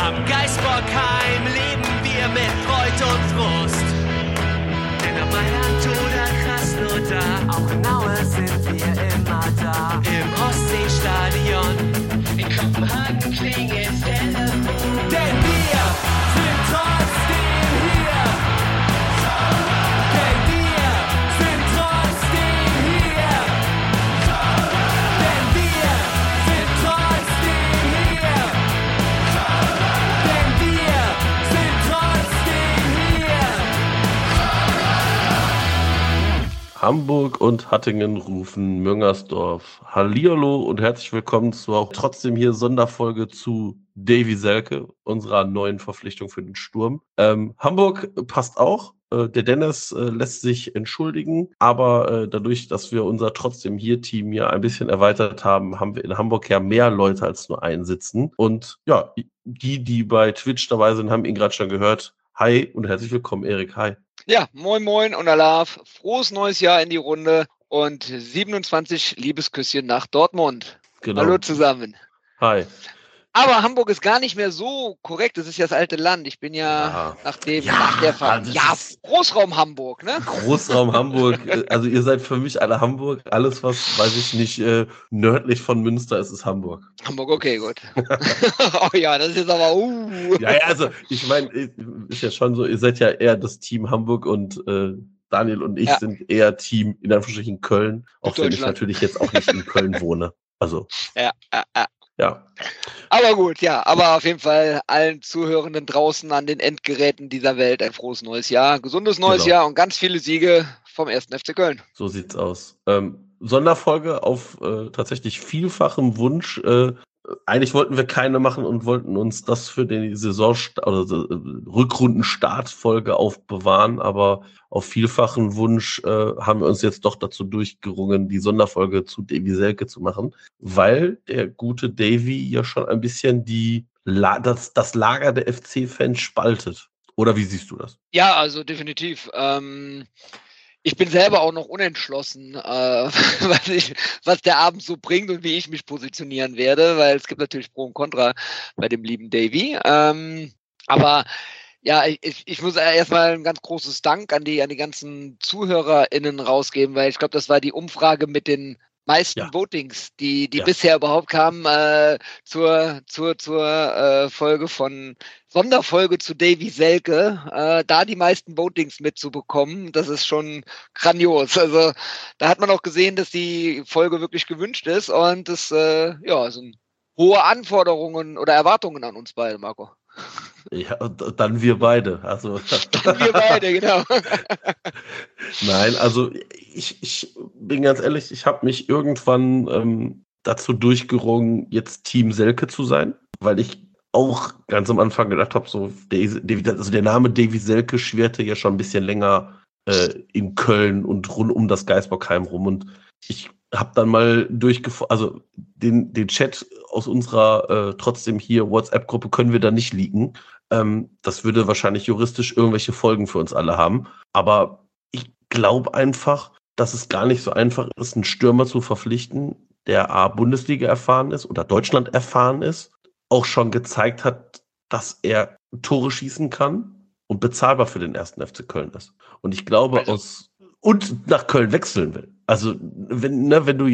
Am Geisbockheim leben wir mit Freud und Frust. Denn ob Mailand oder Krasnodar, auch in Aue sind wir immer da. Im Ostseestadion, in Kopenhagen klingelt Telefon. Denn wir sind trotzdem hier. Denn wir sind trotzdem hier. Denn wir sind trotzdem hier. Denn wir sind trotzdem hier. Hamburg und Hattingen rufen Müngersdorf. Hallihallo und herzlich willkommen zur trotzdem hier Sonderfolge zu Davy Selke, unserer neuen Verpflichtung für den Sturm. Hamburg passt auch. Der Dennis lässt sich entschuldigen, aber dadurch, dass wir unser trotzdem hier Team ja ein bisschen erweitert haben, haben wir in Hamburg ja mehr Leute als nur einen sitzen. Und ja, die bei Twitch dabei sind, haben ihn gerade schon gehört. Hi und herzlich willkommen, Erik. Hi. Ja, moin moin und Alaf. Frohes neues Jahr in die Runde und 27 Liebesküsschen nach Dortmund. Genau. Hallo zusammen. Hi. Aber Hamburg ist gar nicht mehr so korrekt. Das ist ja das alte Land. Ich bin ja, nach der Fahrt. Ja, Großraum Hamburg, ne? Großraum Hamburg. Also ihr seid für mich alle Hamburg. Alles, was, weiß ich nicht, nördlich von Münster ist Hamburg. Hamburg, okay, gut. Oh ja, das ist jetzt aber, Ja, also ich meine, ist ja schon so, ihr seid ja eher das Team Hamburg und Daniel und ich sind eher Team, in Anführungsstrichen, Köln. Auch wenn ich natürlich jetzt auch nicht in Köln wohne. Also. Ja. Aber gut, ja, aber auf jeden Fall allen Zuhörenden draußen an den Endgeräten dieser Welt ein frohes neues Jahr, gesundes neues Jahr und ganz viele Siege vom 1. FC Köln. So sieht's aus. Sonderfolge auf tatsächlich vielfachem Wunsch. Eigentlich wollten wir keine machen und wollten uns das für die Rückrundenstartfolge aufbewahren, aber auf vielfachen Wunsch haben wir uns jetzt doch dazu durchgerungen, die Sonderfolge zu Davy Selke zu machen, weil der gute Davy ja schon ein bisschen das Lager der FC-Fans spaltet. Oder wie siehst du das? Ja, also definitiv. Ich bin selber auch noch unentschlossen, was der Abend so bringt und wie ich mich positionieren werde, weil es gibt natürlich Pro und Contra bei dem lieben Davy. Aber ja, ich muss erstmal ein ganz großes Dank an die ganzen ZuhörerInnen rausgeben, weil ich glaube, das war die Umfrage mit den meisten Votings, die bisher überhaupt kamen zur Sonderfolge zu Davy Selke, da die meisten Votings mitzubekommen, das ist schon grandios. Also da hat man auch gesehen, dass die Folge wirklich gewünscht ist und es sind hohe Anforderungen oder Erwartungen an uns beide, Marco. Ja, dann wir beide. Also. Dann wir beide, genau. Nein, also ich bin ganz ehrlich, ich habe mich irgendwann dazu durchgerungen, jetzt Team Selke zu sein, weil ich auch ganz am Anfang gedacht habe, so der Name Davy Selke schwirrte ja schon ein bisschen länger in Köln und rund um das Geisbockheim rum und ich habe dann mal den Chat aus unserer trotzdem hier WhatsApp-Gruppe können wir da nicht leaken. Das würde wahrscheinlich juristisch irgendwelche Folgen für uns alle haben. Aber ich glaube einfach, dass es gar nicht so einfach ist, einen Stürmer zu verpflichten, der A, Bundesliga erfahren ist oder Deutschland erfahren ist, auch schon gezeigt hat, dass er Tore schießen kann und bezahlbar für den 1. FC Köln ist. Und ich glaube, und nach Köln wechseln will. Also, wenn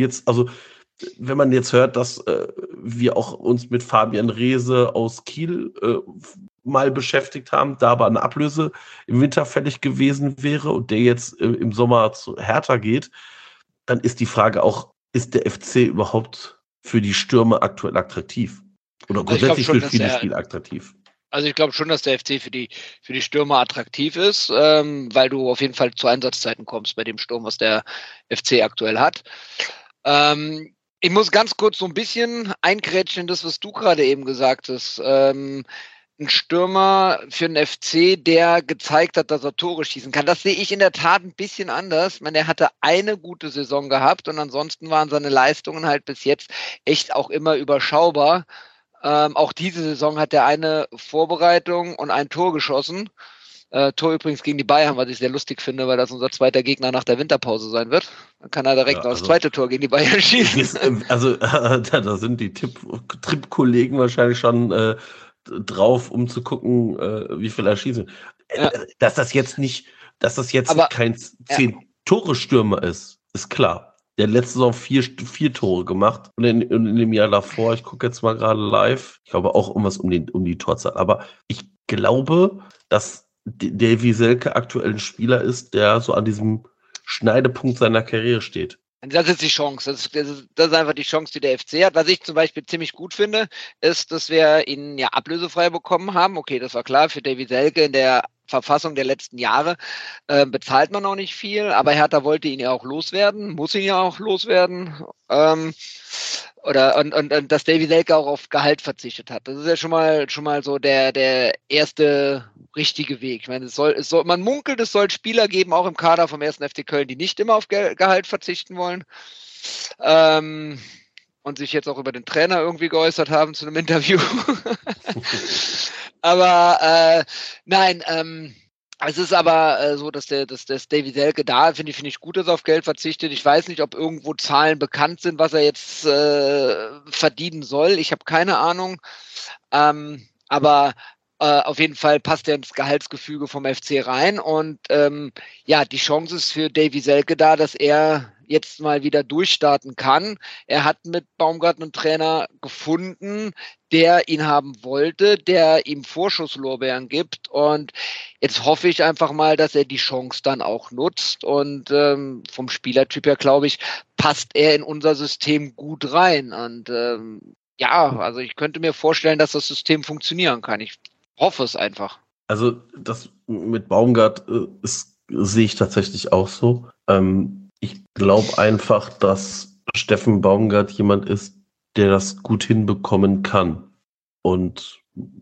man jetzt hört, dass wir auch uns mit Fabian Reese aus Kiel mal beschäftigt haben, da aber eine Ablöse im Winter fällig gewesen wäre und der jetzt im Sommer zu Hertha geht, dann ist die Frage auch, ist der FC überhaupt für die Stürmer aktuell attraktiv? Oder grundsätzlich für viele Spiele attraktiv? Also ich glaube schon, dass der FC für die Stürmer attraktiv ist, weil du auf jeden Fall zu Einsatzzeiten kommst bei dem Sturm, was der FC aktuell hat. Ich muss ganz kurz so ein bisschen eingrätschen in das, was du gerade eben gesagt hast. Ein Stürmer für den FC, der gezeigt hat, dass er Tore schießen kann. Das sehe ich in der Tat ein bisschen anders. Ich meine, er hatte eine gute Saison gehabt und ansonsten waren seine Leistungen halt bis jetzt echt auch immer überschaubar. Auch diese Saison hat er eine Vorbereitung und ein Tor geschossen. Tor übrigens gegen die Bayern, was ich sehr lustig finde, weil das unser zweiter Gegner nach der Winterpause sein wird. Dann kann er direkt das zweite Tor gegen die Bayern schießen. Da sind die Tipp-Kollegen wahrscheinlich schon drauf, um zu gucken, wie viel er schießen. Ja. Dass das jetzt Aber- kein 10-Tore-Stürmer ist klar. Der hat letzte Saison vier Tore gemacht und in dem Jahr davor, ich gucke jetzt mal gerade live, ich glaube auch irgendwas um die Torzahl. Aber ich glaube, dass Davy Selke aktuell ein Spieler ist, der so an diesem Schneidepunkt seiner Karriere steht. Das ist die Chance. Das ist einfach die Chance, die der FC hat. Was ich zum Beispiel ziemlich gut finde, ist, dass wir ihn ja ablösefrei bekommen haben. Okay, das war klar für Davy Selke in der Verfassung der letzten Jahre bezahlt man auch nicht viel, aber Hertha wollte ihn ja auch loswerden, muss ihn ja auch loswerden. Und dass Davy Selke auch auf Gehalt verzichtet hat. Das ist ja schon mal so der erste richtige Weg. Ich meine, man munkelt, es soll Spieler geben, auch im Kader vom 1. FC Köln, die nicht immer auf Gehalt verzichten wollen. Und sich jetzt auch über den Trainer irgendwie geäußert haben zu einem Interview. Aber nein, es ist aber so, dass Davy Selke da, finde ich gut, dass er auf Geld verzichtet. Ich weiß nicht, ob irgendwo Zahlen bekannt sind, was er jetzt verdienen soll. Ich habe keine Ahnung. Aber auf jeden Fall passt er ins Gehaltsgefüge vom FC rein. Und die Chance ist für Davy Selke da, dass er jetzt mal wieder durchstarten kann. Er hat mit Baumgart einen Trainer gefunden, der ihn haben wollte, der ihm Vorschusslorbeeren gibt. Und jetzt hoffe ich einfach mal, dass er die Chance dann auch nutzt. Und vom Spielertyp her, glaube ich, passt er in unser System gut rein. Und also ich könnte mir vorstellen, dass das System funktionieren kann. Ich hoffe es einfach. Also das mit Baumgart sehe ich tatsächlich auch so. Ich glaube einfach, dass Steffen Baumgart jemand ist, der das gut hinbekommen kann. Und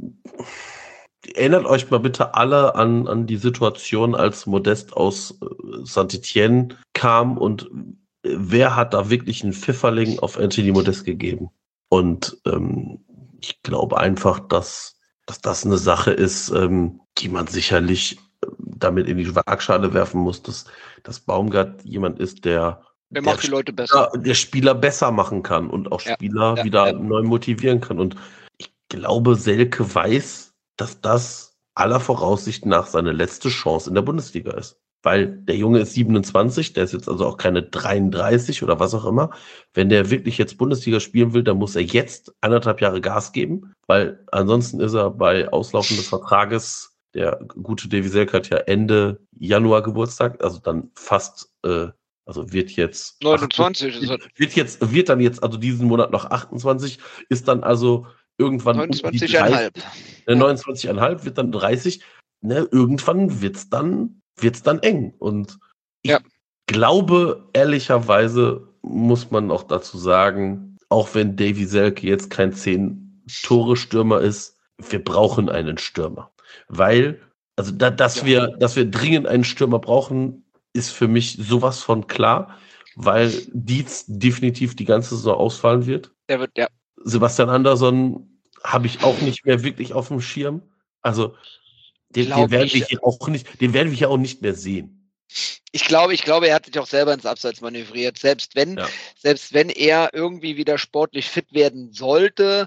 erinnert euch mal bitte alle an die Situation, als Modest aus Saint-Étienne kam und wer hat da wirklich einen Pfifferling auf Anthony Modest gegeben? Und ich glaube einfach, dass das eine Sache ist, die man sicherlich damit in die Waagschale werfen muss, dass Baumgart jemand ist, der macht die Leute besser. Der Spieler besser machen kann und auch Spieler wieder neu motivieren kann. Und ich glaube, Selke weiß, dass das aller Voraussicht nach seine letzte Chance in der Bundesliga ist. Weil der Junge ist 27, der ist jetzt also auch keine 33 oder was auch immer. Wenn der wirklich jetzt Bundesliga spielen will, dann muss er jetzt 1,5 Jahre Gas geben, weil ansonsten ist er bei Auslaufen des Vertrages, der gute Davy Selke hat ja Ende Januar Geburtstag, also dann fast, wird jetzt 29 wird dann jetzt also diesen Monat noch 28, ist dann also irgendwann 29,5. 29,5 wird dann 30. Ne, irgendwann wird's dann eng. Und ich glaube, ehrlicherweise muss man auch dazu sagen, auch wenn Davy Selke jetzt kein 10-Tore-Stürmer ist, wir brauchen einen Stürmer. Weil, also dass wir dringend einen Stürmer brauchen, ist für mich sowas von klar, weil Dietz definitiv die ganze Saison ausfallen wird. Sebastian Andersson habe ich auch nicht mehr wirklich auf dem Schirm. Also den werden wir ja auch nicht mehr sehen. Ich glaube, er hat sich auch selber ins Abseits manövriert. Selbst wenn er irgendwie wieder sportlich fit werden sollte,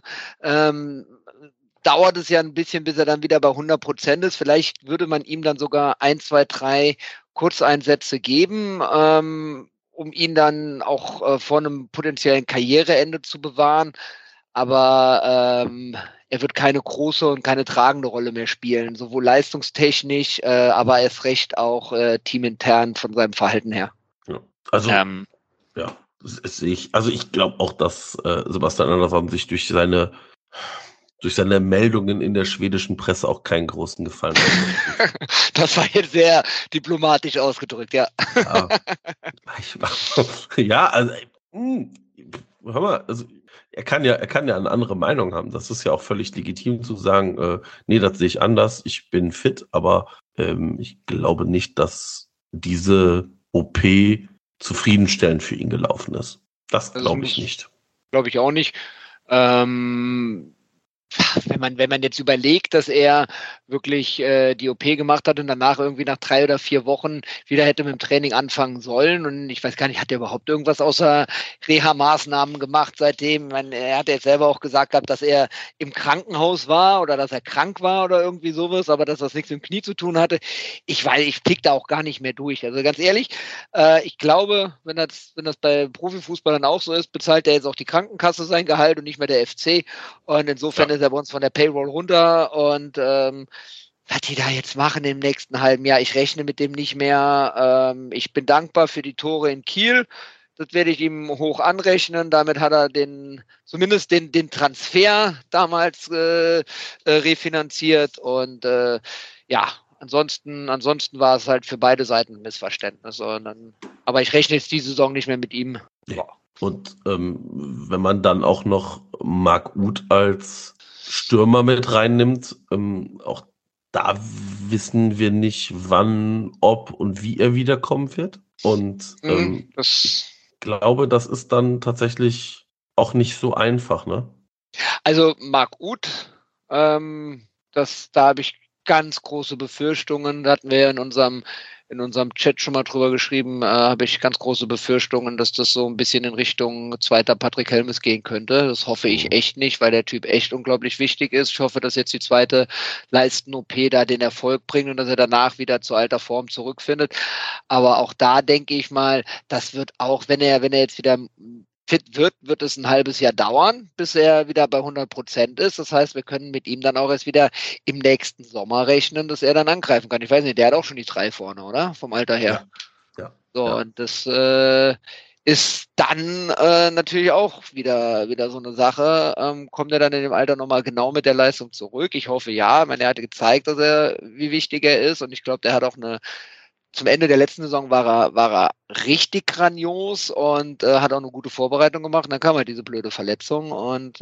dauert es ja ein bisschen, bis er dann wieder bei 100% ist. Vielleicht würde man ihm dann sogar 1, 2, 3 Kurzeinsätze geben, um ihn dann auch vor einem potenziellen Karriereende zu bewahren. Aber er wird keine große und keine tragende Rolle mehr spielen, sowohl leistungstechnisch, aber erst recht auch teamintern von seinem Verhalten her. Ja. Also, das sehe ich. Also ich glaube auch, dass Sebastian Andersson sich durch seine Meldungen in der schwedischen Presse auch keinen großen Gefallen hat. Das war jetzt sehr diplomatisch ausgedrückt, ja. Hör mal, also er kann ja eine andere Meinung haben. Das ist ja auch völlig legitim zu sagen, nee, das sehe ich anders, ich bin fit, aber ich glaube nicht, dass diese OP zufriedenstellend für ihn gelaufen ist. Das glaube ich nicht. Glaube ich auch nicht. wenn man jetzt überlegt, dass er wirklich die OP gemacht hat und danach irgendwie nach 3 oder 4 Wochen wieder hätte mit dem Training anfangen sollen, und ich weiß gar nicht, hat er überhaupt irgendwas außer Reha-Maßnahmen gemacht seitdem? Ich meine, er hat jetzt selber auch gesagt gehabt, dass er im Krankenhaus war oder dass er krank war oder irgendwie sowas, aber dass das nichts mit dem Knie zu tun hatte. Ich blick da auch gar nicht mehr durch. Also ganz ehrlich, ich glaube, wenn das bei Profifußballern auch so ist, bezahlt er jetzt auch die Krankenkasse sein Gehalt und nicht mehr der FC. Und insofern ist er bei uns von der Payroll runter, und was die da jetzt machen im nächsten halben Jahr, ich rechne mit dem nicht mehr. Ich bin dankbar für die Tore in Kiel. Das werde ich ihm hoch anrechnen. Damit hat er zumindest den Transfer damals refinanziert. Und ansonsten war es halt für beide Seiten ein Missverständnis. Aber ich rechne jetzt die Saison nicht mehr mit ihm. Ja. Und wenn man dann auch noch Marc Uth als Stürmer mit reinnimmt, auch da wissen wir nicht, wann, ob und wie er wiederkommen wird. Und ich glaube, das ist dann tatsächlich auch nicht so einfach, ne? Also Marc Uth, da habe ich ganz große Befürchtungen. Da hatten wir ja in unserem Chat schon mal drüber geschrieben, habe ich ganz große Befürchtungen, dass das so ein bisschen in Richtung zweiter Patrick Helmes gehen könnte. Das hoffe ich echt nicht, weil der Typ echt unglaublich wichtig ist. Ich hoffe, dass jetzt die zweite Leisten-OP da den Erfolg bringt und dass er danach wieder zu alter Form zurückfindet. Aber auch da denke ich mal, das wird auch, wenn er jetzt wieder fit wird es ein halbes Jahr dauern, bis er wieder bei 100% ist. Das heißt, wir können mit ihm dann auch erst wieder im nächsten Sommer rechnen, dass er dann angreifen kann. Ich weiß nicht, der hat auch schon die 3 vorne, oder? Vom Alter her. Ja. So, ja. Und das ist dann natürlich auch wieder so eine Sache. Kommt er dann in dem Alter nochmal genau mit der Leistung zurück? Ich hoffe, ja. Ich meine, er hat gezeigt, wie wichtig er ist, und ich glaube, der hat auch zum Ende der letzten Saison war er richtig grandios und hat auch eine gute Vorbereitung gemacht. Und dann kam halt diese blöde Verletzung. Und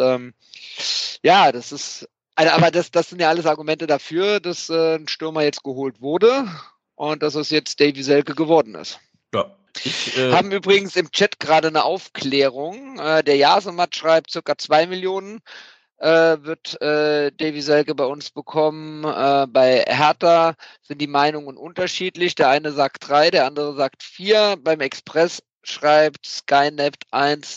das ist, aber das sind ja alles Argumente dafür, dass ein Stürmer jetzt geholt wurde und dass es jetzt Davy Selke geworden ist. Ja. Haben übrigens im Chat gerade eine Aufklärung. Der Jasemat schreibt, ca. 2 Millionen wird Davy Selke bei uns bekommen. Bei Hertha sind die Meinungen unterschiedlich. Der eine sagt 3, der andere sagt 4. Beim Express schreibt Skynet 1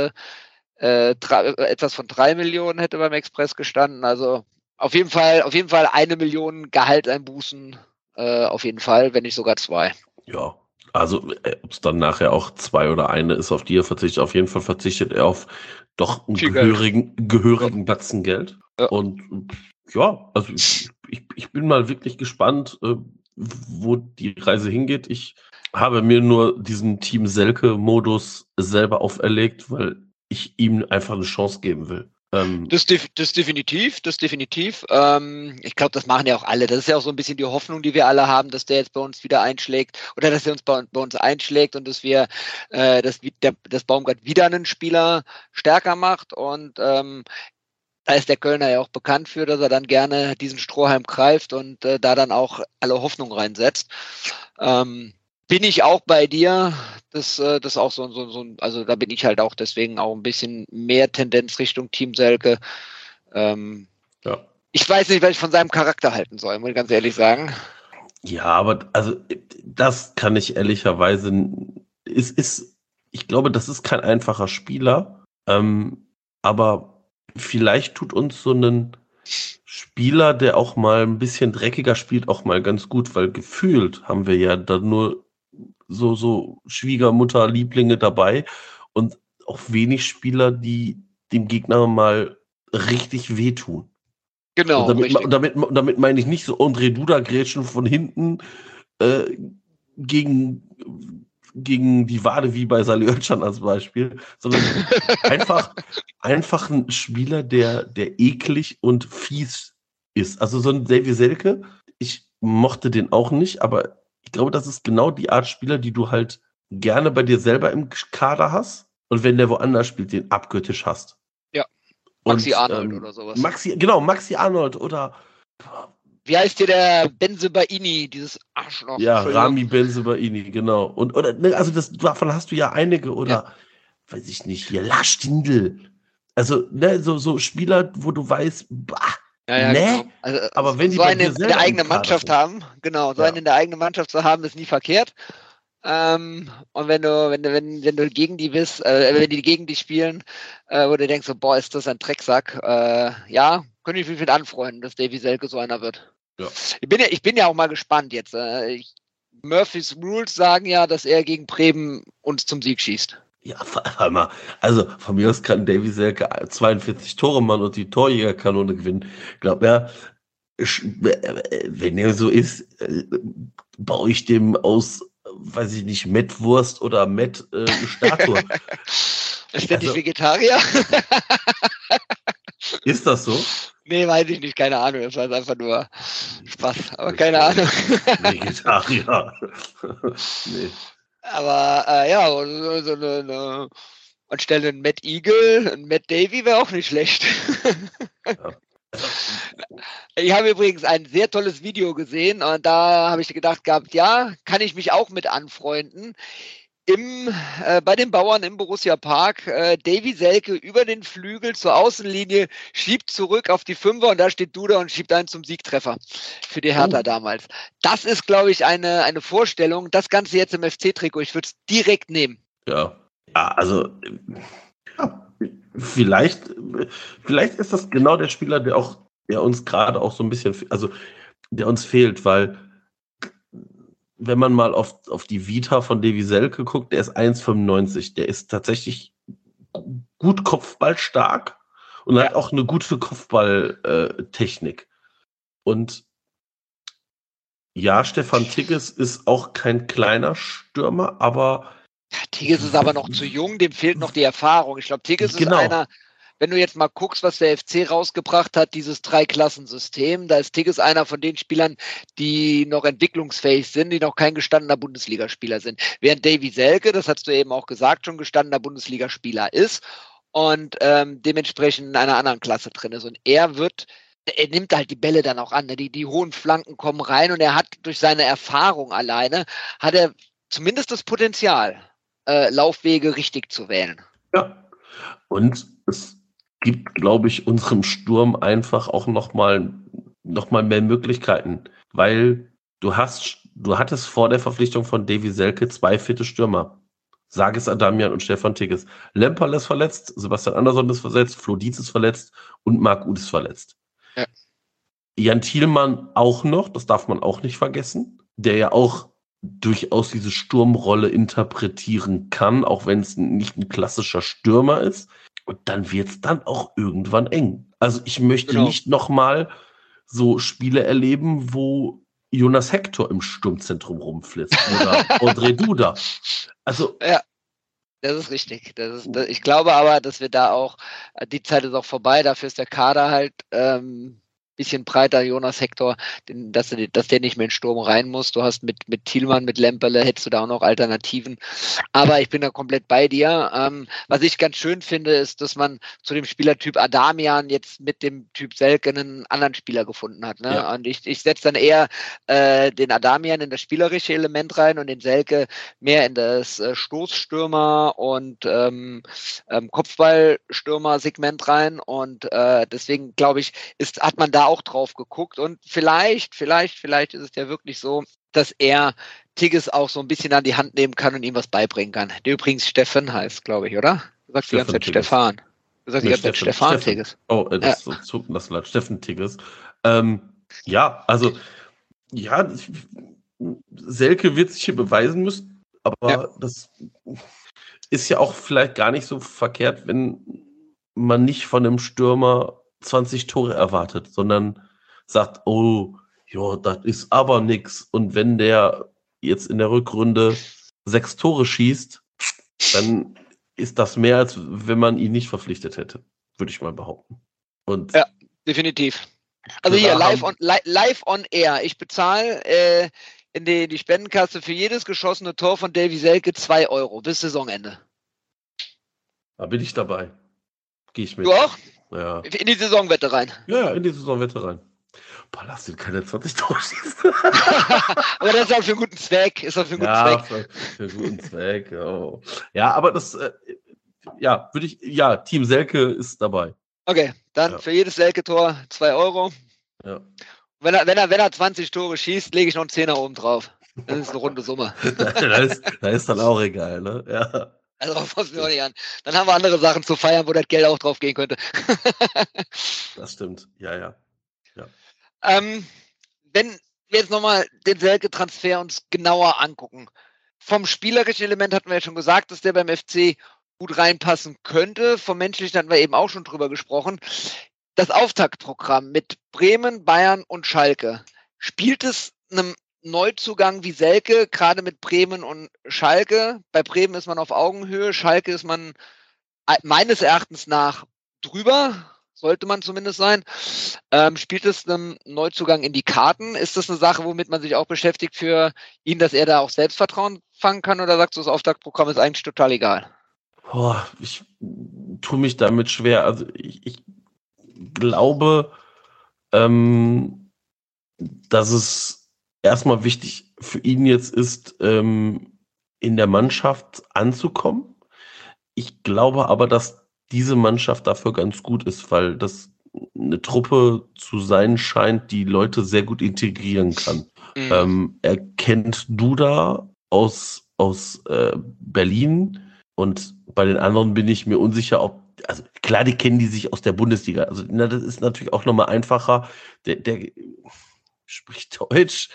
etwas von 3 Millionen hätte beim Express gestanden. Also auf jeden Fall 1 Million Gehaltseinbußen, auf jeden Fall, wenn nicht sogar 2. Ja. Also, ob es dann nachher auch 2 oder 1 ist, auf die er verzichtet, auf jeden Fall verzichtet er auf doch einen gehörigen Batzen Geld. Ja. Und ja, also ich bin mal wirklich gespannt, wo die Reise hingeht. Ich habe mir nur diesen Team Selke-Modus selber auferlegt, weil ich ihm einfach eine Chance geben will. Das definitiv. Ich glaube, das machen ja auch alle. Das ist ja auch so ein bisschen die Hoffnung, die wir alle haben, dass der jetzt bei uns wieder einschlägt oder dass er uns bei uns einschlägt und dass dass Baumgart wieder einen Spieler stärker macht. Und da ist der Kölner ja auch bekannt für, dass er dann gerne diesen Strohhalm greift und da dann auch alle Hoffnung reinsetzt. Bin ich auch bei dir, das auch also da bin ich halt auch deswegen auch ein bisschen mehr Tendenz Richtung Team Selke. Ja. Ich weiß nicht, was ich von seinem Charakter halten soll, muss ich ganz ehrlich sagen. Ja, aber also das kann ich ehrlicherweise, ich glaube, das ist kein einfacher Spieler, aber vielleicht tut uns so ein Spieler, der auch mal ein bisschen dreckiger spielt, auch mal ganz gut, weil gefühlt haben wir ja da nur so Schwiegermutter-Lieblinge dabei und auch wenig Spieler, die dem Gegner mal richtig wehtun. Genau. Und damit meine ich nicht so André Duda-Grätschen von hinten gegen die Wade wie bei Salih Özcan als Beispiel, sondern einfach ein Spieler, der eklig und fies ist. Also so ein Davy Selke, ich mochte den auch nicht, aber ich glaube, das ist genau die Art Spieler, die du halt gerne bei dir selber im Kader hast und wenn der woanders spielt, den abgöttisch hast. Ja, Maxi Arnold oder sowas. Maxi Arnold oder wie heißt hier der Bensebaini, dieses Arschloch? Ja, Rami Bensebaini, genau. Also davon hast du ja einige, oder weiß ich nicht, hier Lars Stindl. Also, ne, so Spieler, wo du weißt, bah, Ja, ne? genau. Also, Aber wenn die so bei einen dir in selber der im eigenen Kader Mannschaft sind. haben, genau, so Ja. einen in der eigenen Mannschaft zu haben, ist nie verkehrt. Und wenn du gegen die bist, wenn die gegen dich spielen, wo du denkst, so, boah, ist das ein Drecksack, ja, könnte ich mich mit anfreunden, dass Davy Selke so einer wird. Ja. Ich bin ja auch mal gespannt jetzt. Murphys Rules sagen ja, dass er gegen Bremen uns zum Sieg schießt. Ja, warte mal. Also von mir aus kann Davy Selke 42 Tore machen und die Torjägerkanone gewinnen. Ich glaube, ja, wenn er so ist, baue ich dem aus, weiß ich nicht, Mettwurst oder Mett eine Statue. Ist der Also- nicht Vegetarier? Ist das so? Nee, weiß ich nicht, keine Ahnung. Das war einfach nur Spaß, aber keine Ahnung. Vegetarier. Nee. Aber ja, anstelle ein Matt Eagle, ein Matt Davy wäre auch nicht schlecht. Ja. Ich habe übrigens ein sehr tolles Video gesehen und da habe ich gedacht gehabt, ja, kann ich mich auch mit anfreunden. Bei den Bauern im Borussia Park, Davy Selke über den Flügel zur Außenlinie, schiebt zurück auf die Fünfer und da steht Duda und schiebt einen zum Siegtreffer für die Hertha damals. Das ist, glaube ich, eine Vorstellung. Das Ganze jetzt im FC-Trikot, ich würde es direkt nehmen. Ja, also ja, vielleicht ist das genau der Spieler, der uns gerade auch so ein bisschen, also der uns fehlt, weil wenn man mal auf die Vita von Davy Selke guckt, der ist 1,95, der ist tatsächlich gut kopfballstark und hat auch eine gute Kopfballtechnik. Und ja, Stefan Tigges ist auch kein kleiner Stürmer, aber Tigges ist aber noch zu jung, dem fehlt noch die Erfahrung. Ich glaube, Tigges ist einer, wenn du jetzt mal guckst, was der FC rausgebracht hat, dieses Drei-Klassen-System, da ist Tigges einer von den Spielern, die noch entwicklungsfähig sind, die noch kein gestandener Bundesligaspieler sind. Während Davy Selke, das hast du eben auch gesagt, schon gestandener Bundesligaspieler ist und dementsprechend in einer anderen Klasse drin ist. Und er nimmt halt die Bälle dann auch an. Ne? Die hohen Flanken kommen rein und er hat durch seine Erfahrung alleine, hat er zumindest das Potenzial, Laufwege richtig zu wählen. Ja, und es gibt, glaube ich, unserem Sturm einfach auch noch mal mehr Möglichkeiten, weil du hattest vor der Verpflichtung von Davy Selke 2 fitte Stürmer. Sagis Adamian und Stefan Tigges. Lemperl ist verletzt, Sebastian Andersson ist verletzt, Flo Dietz ist verletzt und Marc Uth ist verletzt. Ja. Jan Thielmann auch noch, das darf man auch nicht vergessen, der ja auch durchaus diese Sturmrolle interpretieren kann, auch wenn es nicht ein klassischer Stürmer ist. Und dann wird es dann auch irgendwann eng. Also ich möchte nicht nochmal so Spiele erleben, wo Jonas Hector im Sturmzentrum rumflitzt oder André Duda. Also ja, das ist richtig. Ich glaube aber, dass wir da auch, die Zeit ist auch vorbei, dafür ist der Kader halt bisschen breiter, Jonas Hector, dass der nicht mehr in den Sturm rein muss. Du hast mit Thielmann, mit Lemperle, hättest du da auch noch Alternativen. Aber ich bin da komplett bei dir. Was ich ganz schön finde, ist, dass man zu dem Spielertyp Adamian jetzt mit dem Typ Selke einen anderen Spieler gefunden hat. Ne? Ja. Und ich setze dann eher den Adamian in das spielerische Element rein und den Selke mehr in das Stoßstürmer und Kopfballstürmer-Segment rein. Und deswegen, glaube ich, hat man da auch drauf geguckt und vielleicht ist es ja wirklich so, dass er Tigges auch so ein bisschen an die Hand nehmen kann und ihm was beibringen kann. Der übrigens Steffen heißt, glaube ich, oder? Du sagst die ganze Zeit Stefan. Du sagst die ganze Zeit Stefan Tigges. Oh, das war Steffen Tigges. Ja, also ja, Selke wird sich hier beweisen müssen, aber das ist ja auch vielleicht gar nicht so verkehrt, wenn man nicht von einem Stürmer 20 Tore erwartet, sondern sagt, oh, ja, das ist aber nix. Und wenn der jetzt in der Rückrunde 6 Tore schießt, dann ist das mehr, als wenn man ihn nicht verpflichtet hätte, würde ich mal behaupten. Und ja, definitiv. Also hier, live on air. Ich bezahle in die Spendenkasse für jedes geschossene Tor von Davy Selke 2 € bis Saisonende. Da bin ich dabei. Gehe ich mit. Du auch? Ja. In die Saisonwette rein. Ja, in die Saisonwette rein. Boah, lass den keine 20 Tore schießen. Aber das ist auch für einen guten Zweck. Für einen guten Zweck. Ja, aber das, Team Selke ist dabei. Okay, dann für jedes Selke-Tor 2 Euro. Ja. Wenn er 20 Tore schießt, lege ich noch einen Zehner oben drauf. Das ist eine runde Summe. da ist dann auch egal, ne? Ja. Also darauf muss ich auch nicht an. Dann haben wir andere Sachen zu feiern, wo das Geld auch drauf gehen könnte. Das stimmt, ja. Wenn wir jetzt nochmal den Selke-Transfer uns genauer angucken. Vom spielerischen Element hatten wir ja schon gesagt, dass der beim FC gut reinpassen könnte. Vom menschlichen hatten wir eben auch schon drüber gesprochen. Das Auftaktprogramm mit Bremen, Bayern und Schalke. Spielt es einem Neuzugang wie Selke, gerade mit Bremen und Schalke? Bei Bremen ist man auf Augenhöhe, Schalke ist man meines Erachtens nach drüber, sollte man zumindest sein. Spielt es einem Neuzugang in die Karten? Ist das eine Sache, womit man sich auch beschäftigt für ihn, dass er da auch Selbstvertrauen fangen kann? Oder sagst du, das Auftaktprogramm ist eigentlich total egal? Ich tue mich damit schwer. Also ich glaube, dass es erstmal wichtig für ihn jetzt ist, in der Mannschaft anzukommen. Ich glaube aber, dass diese Mannschaft dafür ganz gut ist, weil das eine Truppe zu sein scheint, die Leute sehr gut integrieren kann. Er kennt Duda aus Berlin und bei den anderen bin ich mir unsicher, also klar, die kennen die sich aus der Bundesliga. Also das ist natürlich auch nochmal einfacher. Der spricht Deutsch.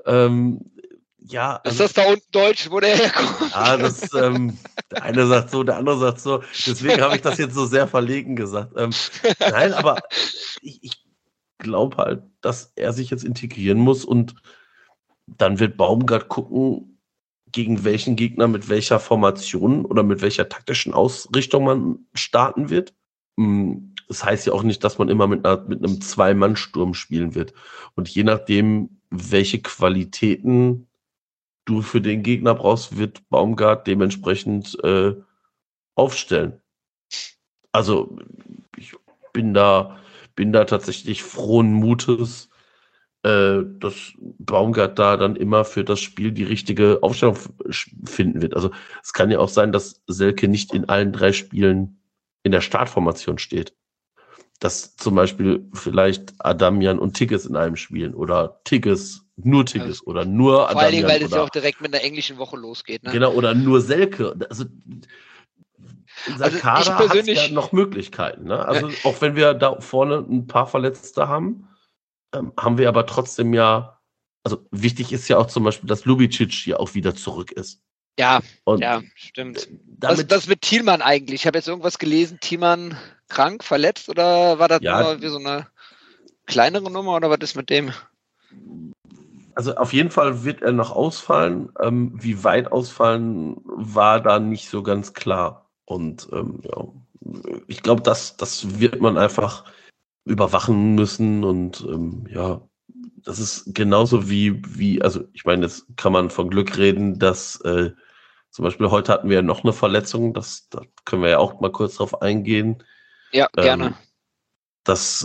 Also, ist das da unten Deutsch, wo der herkommt? Ja, der eine sagt so, der andere sagt so. Deswegen habe ich das jetzt so sehr verlegen gesagt. Nein, aber ich glaube halt, dass er sich jetzt integrieren muss und dann wird Baumgart gucken, gegen welchen Gegner mit welcher Formation oder mit welcher taktischen Ausrichtung man starten wird. Das heißt ja auch nicht, dass man immer mit einem Zwei-Mann-Sturm spielen wird. Und je nachdem, welche Qualitäten du für den Gegner brauchst, wird Baumgart dementsprechend aufstellen. Also ich bin da tatsächlich frohen Mutes, dass Baumgart da dann immer für das Spiel die richtige Aufstellung finden wird. Also es kann ja auch sein, dass Selke nicht in allen 3 Spielen in der Startformation steht. Dass zum Beispiel vielleicht Adamian und Tigges in einem spielen oder nur Tigges oder nur Adamian. Vor allen Dingen, weil das ja auch direkt mit der englischen Woche losgeht. Ne? Genau, oder nur Selke. Also unser Kader hat ja noch Möglichkeiten. Ne? Also auch wenn wir da vorne ein paar Verletzte haben, haben wir aber trotzdem also wichtig ist ja auch zum Beispiel, dass Lubicic hier auch wieder zurück ist. Ja, stimmt. Das mit Thielmann eigentlich. Ich habe jetzt irgendwas gelesen, Thielmann krank, verletzt oder war das nur wie so eine kleinere Nummer oder was ist mit dem? Also auf jeden Fall wird er noch ausfallen. Wie weit ausfallen, war da nicht so ganz klar. Und ich glaube, das wird man einfach überwachen müssen und das ist genauso wie, also ich meine, jetzt kann man von Glück reden, dass zum Beispiel heute hatten wir ja noch eine Verletzung, da können wir ja auch mal kurz drauf eingehen. Ja, gerne. Dass